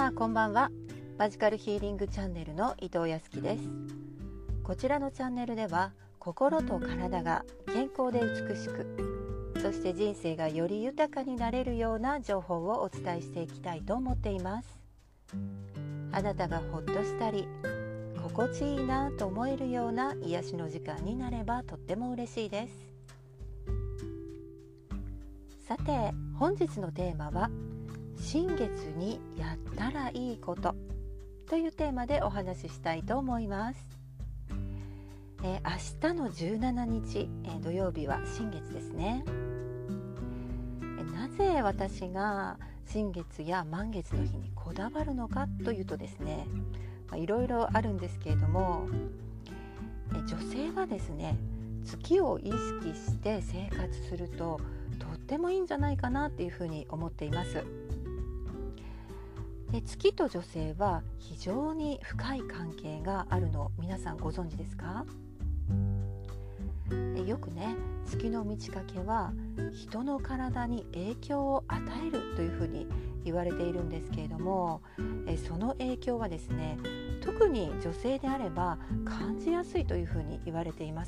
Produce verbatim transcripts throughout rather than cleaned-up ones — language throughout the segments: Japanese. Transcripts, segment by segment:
様こんばんは。マジカルヒーリングチャンネルの伊藤康樹です。こちらのチャンネルでは心と体が健康で美しく、そして人生がより豊かになれるような情報をお伝えしていきたいと思っています。あなたがほっとしたり心地いいなと思えるような癒しの時間になればとっても嬉しいです。さて本日のテーマは新月にやったらいいことというテーマでお話ししたいと思います。えー、明日のじゅうしちにち、えー、土曜日は新月ですね。えー、なぜ私が新月や満月の日にこだわるのかというとですね、まあ、いろいろあるんですけれども、えー、女性はですね月を意識して生活するととってもいいんじゃないかなっていうふうに思っています。で月と女性は非常に深い関係があるのを皆さんご存知ですか？よくね月の満ち欠けは人の体に影響を与えるというふうに言われているんですけれども、その影響はですね特に女性であれば感じやすいというふうに言われています。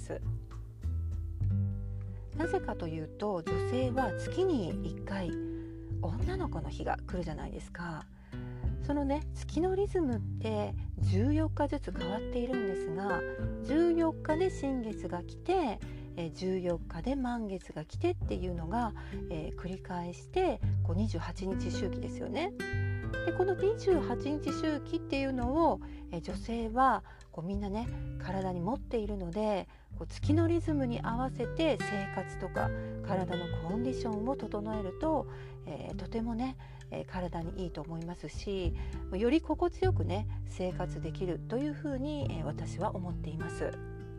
なぜかというと女性は月にいっかい女の子の日が来るじゃないですか。そのね月のリズムってじゅうよっかずつ変わっているんですが、じゅうよっかで新月が来てじゅうよっかで満月が来てっていうのが、えー、繰り返してこうにじゅうはちにち周期ですよね。でこのにじゅうはちにち周期っていうのを、えー、女性はこうみんなね体に持っているので、こう月のリズムに合わせて生活とか体のコンディションを整えると、えー、とてもね、えー、体にいいと思いますし、より心地よくね生活できるというふうに、えー、私は思っています。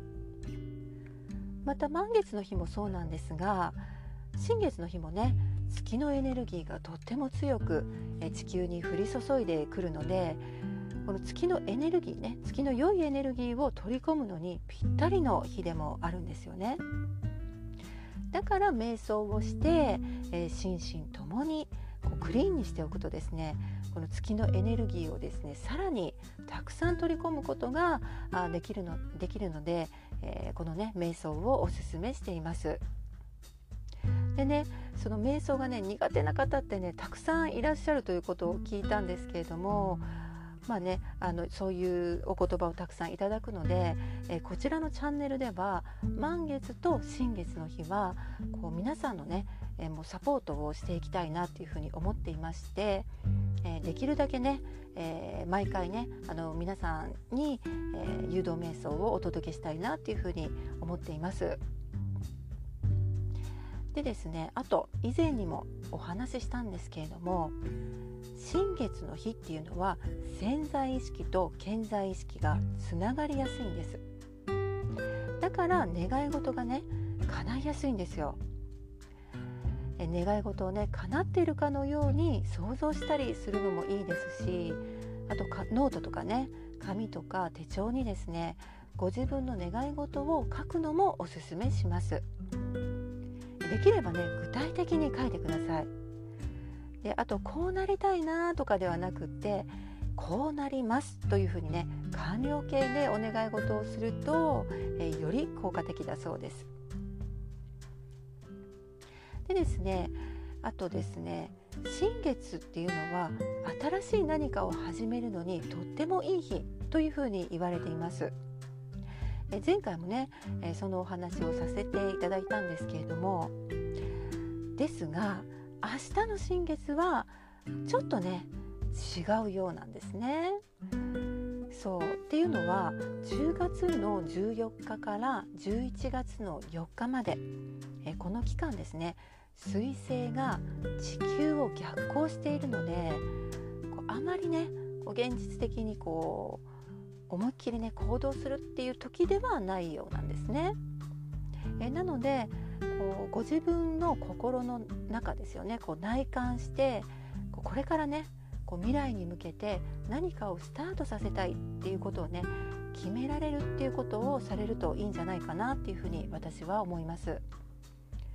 また満月の日もそうなんですが、新月の日もね月のエネルギーがとっても強く、えー、地球に降り注いでくるので、この月のエネルギーね月の良いエネルギーを取り込むのにぴったりの日でもあるんですよね。だから瞑想をして、えー、心身ともにこうクリーンにしておくとですね、この月のエネルギーをですねさらにたくさん取り込むことがあできるのできるので、えー、このね瞑想をおすすめしています。でねその瞑想がね苦手な方ってねたくさんいらっしゃるということを聞いたんですけれども、まあね、あのそういうお言葉をたくさんいただくので、えー、こちらのチャンネルでは満月と新月の日はこう皆さんのね、えー、もうサポートをしていきたいなというふうに思っていまして、えー、できるだけね、えー、毎回ねあの皆さんに、えー、誘導瞑想をお届けしたいなというふうに思っています。でですね、あと以前にもお話ししたんですけれども、新月の日っていうのは潜在意識と顕在意識がつながりやすいんです。だから願い事がね叶いやすいんですよ。え願い事をね叶っているかのように想像したりするのもいいですし、あとかノートとかね紙とか手帳にですねご自分の願い事を書くのもおすすめします。できればね具体的に書いてください。であとこうなりたいなとかではなくって、こうなりますというふうにね完了形でお願い事をすると、えー、より効果的だそうです。でですねあとですね新月っていうのは新しい何かを始めるのにとってもいい日というふうに言われています。え前回もね、えそのお話をさせていただいたんですけれども、ですが明日の新月はちょっとね違うようなんですね。そうっていうのはじゅうがつのじゅうよっかからじゅういちがつのよっかまで、えこの期間ですね水星が地球を逆行しているので、こうあまりねこう現実的にこう思いっきりね行動するっていう時ではないようなんですね。えなのでこうご自分の心の中ですよね、こう内観してこうこれからねこう未来に向けて何かをスタートさせたいっていうことをね決められるっていうことをされるといいんじゃないかなっていうふうに私は思います。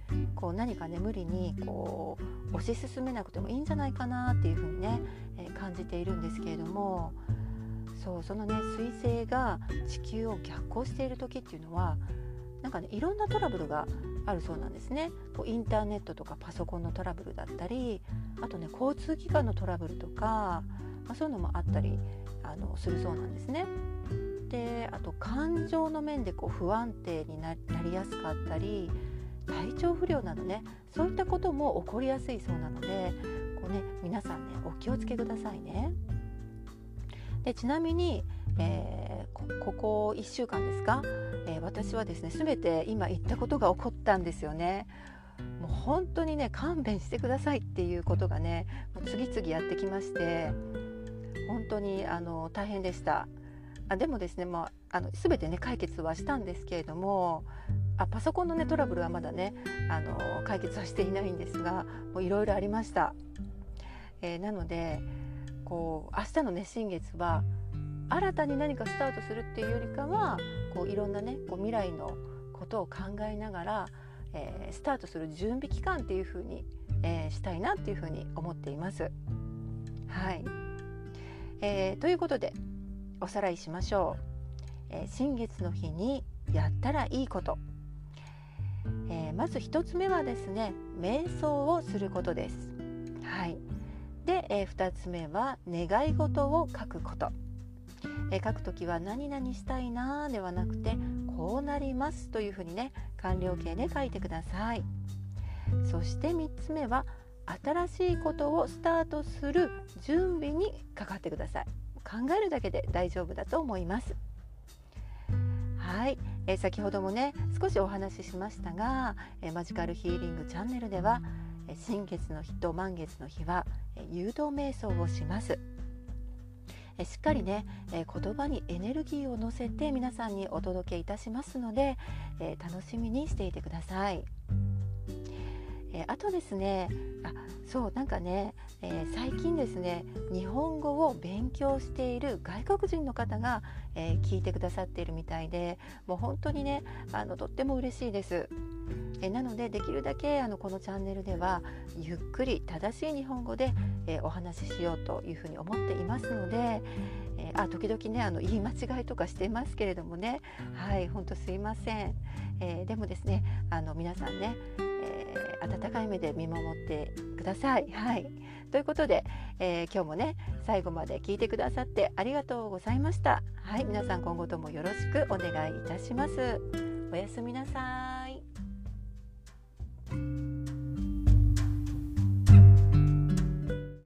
こう何かね無理にこう推し進めなくてもいいんじゃないかなっていうふうにね、えー、感じているんですけれども、そうそのね水星が地球を逆行している時っていうのはなんかねいろんなトラブルがあるそうなんですね。こうインターネットとかパソコンのトラブルだったり、あとね交通機関のトラブルとか、まあ、そういうのもあったりあのするそうなんですね。であと感情の面でこう不安定に な, なりやすかったり、体調不良などねそういったことも起こりやすいそうなので、こう、ね、皆さんねお気をつけくださいね。でちなみに、えー、こ, ここいっしゅうかんですか、えー、私はですね全て今言ったことが起こったんですよね。もう本当にね勘弁してくださいっていうことがねもう次々やってきまして、本当にあの大変でした。あでもですね、まあ、あの全てね解決はしたんですけれども、あパソコンのねトラブルはまだねあの解決はしていないんですが、もういろいろありました。えー、なのでこう明日のね新月は新たに何かスタートするっていうよりかは、こういろんなねこう未来のことを考えながら、えー、スタートする準備期間っていう風に、えー、したいなっていう風に思っています。はい、えー、ということでおさらいしましょう。えー、新月の日にやったらいいこと、えー、まず一つ目はですね瞑想をすることです。はい、で、えー、二つ目は願い事を書くこと、えー、書くときは何々したいなではなくてこうなりますというふうにね完了形で書いてください。そして三つ目は新しいことをスタートする準備にかかってください。考えるだけで大丈夫だと思います。はい、えー、先ほどもね少しお話ししましたが、えー、マジカルヒーリングチャンネルでは、えー、新月の日と満月の日は、えー、誘導瞑想をします。えー、しっかりね、えー、言葉にエネルギーを乗せて皆さんにお届けいたしますので、えー、楽しみにしていてください。えー、あとですねあそうなんかね、えー、最近ですね日本語を勉強している外国人の方が、えー、聞いてくださっているみたいで、もう本当にねあのとっても嬉しいです。えー、なのでできるだけあのこのチャンネルではゆっくり正しい日本語で、えー、お話ししようというふうに思っていますので、えー、あ時々ねあの言い間違いとかしてますけれどもね、はい本当すいません。えー、でもですねあの皆さんねえー、温かい目で見守ってください。はい、ということで、えー、今日もね最後まで聞いてくださってありがとうございました。はい、皆さん今後ともよろしくお願いいたします。おやすみなさい。